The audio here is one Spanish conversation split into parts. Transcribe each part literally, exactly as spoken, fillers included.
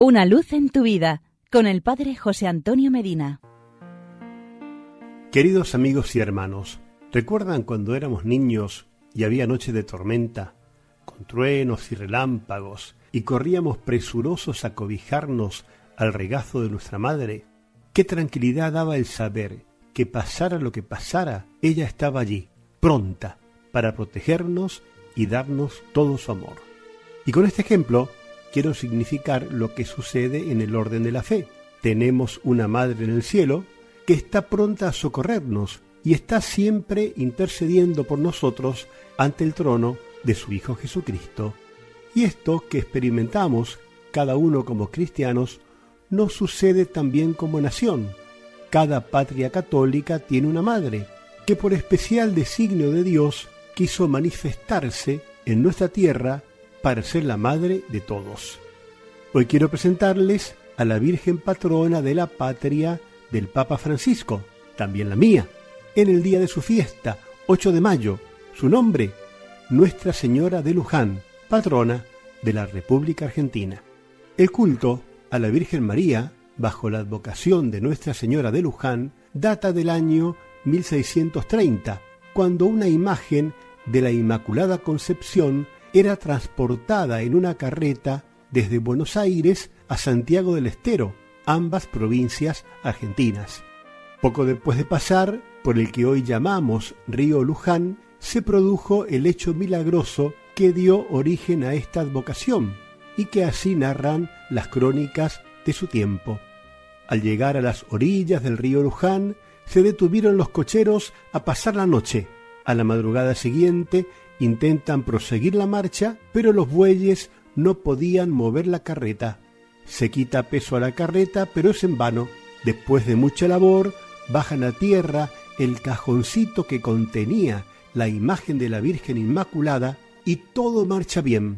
Una luz en tu vida, con el Padre José Antonio Medina. Queridos amigos y hermanos, ¿recuerdan cuando éramos niños y había noche de tormenta, con truenos y relámpagos, y corríamos presurosos a cobijarnos al regazo de nuestra madre? Qué tranquilidad daba el saber que pasara lo que pasara, ella estaba allí, pronta, para protegernos y darnos todo su amor. Y con este ejemplo quiero significar lo que sucede en el orden de la fe. Tenemos una Madre en el cielo que está pronta a socorrernos y está siempre intercediendo por nosotros ante el trono de su Hijo Jesucristo. Y esto que experimentamos cada uno como cristianos nos sucede también como nación. Cada patria católica tiene una madre que por especial designio de Dios quiso manifestarse en nuestra tierra para ser la madre de todos. Hoy quiero presentarles a la Virgen patrona de la patria del Papa Francisco, también la mía, en el día de su fiesta, ocho de mayo. Su nombre, Nuestra Señora de Luján, patrona de la República Argentina. El culto a la Virgen María, bajo la advocación de Nuestra Señora de Luján, data del año mil seiscientos treinta, cuando una imagen de la Inmaculada Concepción era transportada en una carreta desde Buenos Aires a Santiago del Estero, ambas provincias argentinas. Poco después de pasar por el que hoy llamamos Río Luján, se produjo el hecho milagroso que dio origen a esta advocación y que así narran las crónicas de su tiempo. Al llegar a las orillas del río Luján, se detuvieron los cocheros a pasar la noche. A la madrugada siguiente intentan proseguir la marcha, pero los bueyes no podían mover la carreta. Se quita peso a la carreta, pero es en vano. Después de mucha labor, bajan a tierra el cajoncito que contenía la imagen de la Virgen Inmaculada y todo marcha bien.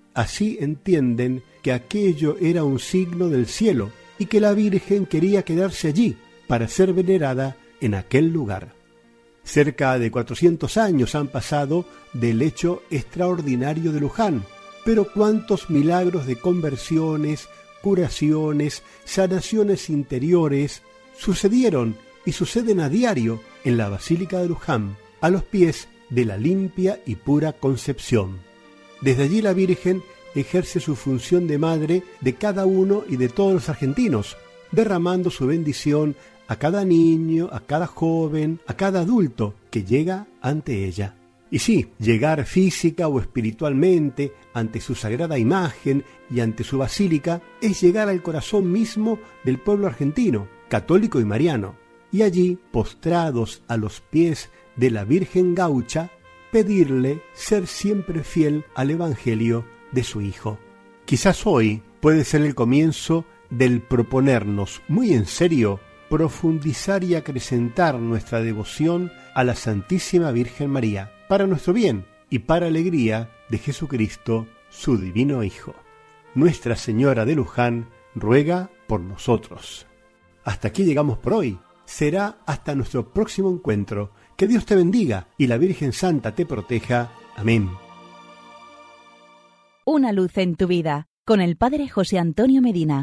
Así entienden que aquello era un signo del cielo y que la Virgen quería quedarse allí para ser venerada en aquel lugar. Cerca de cuatrocientos años han pasado del hecho extraordinario de Luján, pero cuántos milagros de conversiones, curaciones, sanaciones interiores sucedieron y suceden a diario en la Basílica de Luján, a los pies de la limpia y pura Concepción. Desde allí la Virgen ejerce su función de madre de cada uno y de todos los argentinos, derramando su bendición a cada niño, a cada joven, a cada adulto que llega ante ella. Y sí, llegar física o espiritualmente ante su sagrada imagen y ante su basílica es llegar al corazón mismo del pueblo argentino, católico y mariano, y allí, postrados a los pies de la Virgen Gaucha, pedirle ser siempre fiel al Evangelio de su Hijo. Quizás hoy puede ser el comienzo del proponernos muy en serio profundizar y acrecentar nuestra devoción a la Santísima Virgen María, para nuestro bien y para alegría de Jesucristo, su divino Hijo. Nuestra Señora de Luján ruega por nosotros. Hasta aquí llegamos por hoy. Será hasta nuestro próximo encuentro. Que Dios te bendiga y la Virgen Santa te proteja. Amén. Una luz en tu vida, con el Padre José Antonio Medina.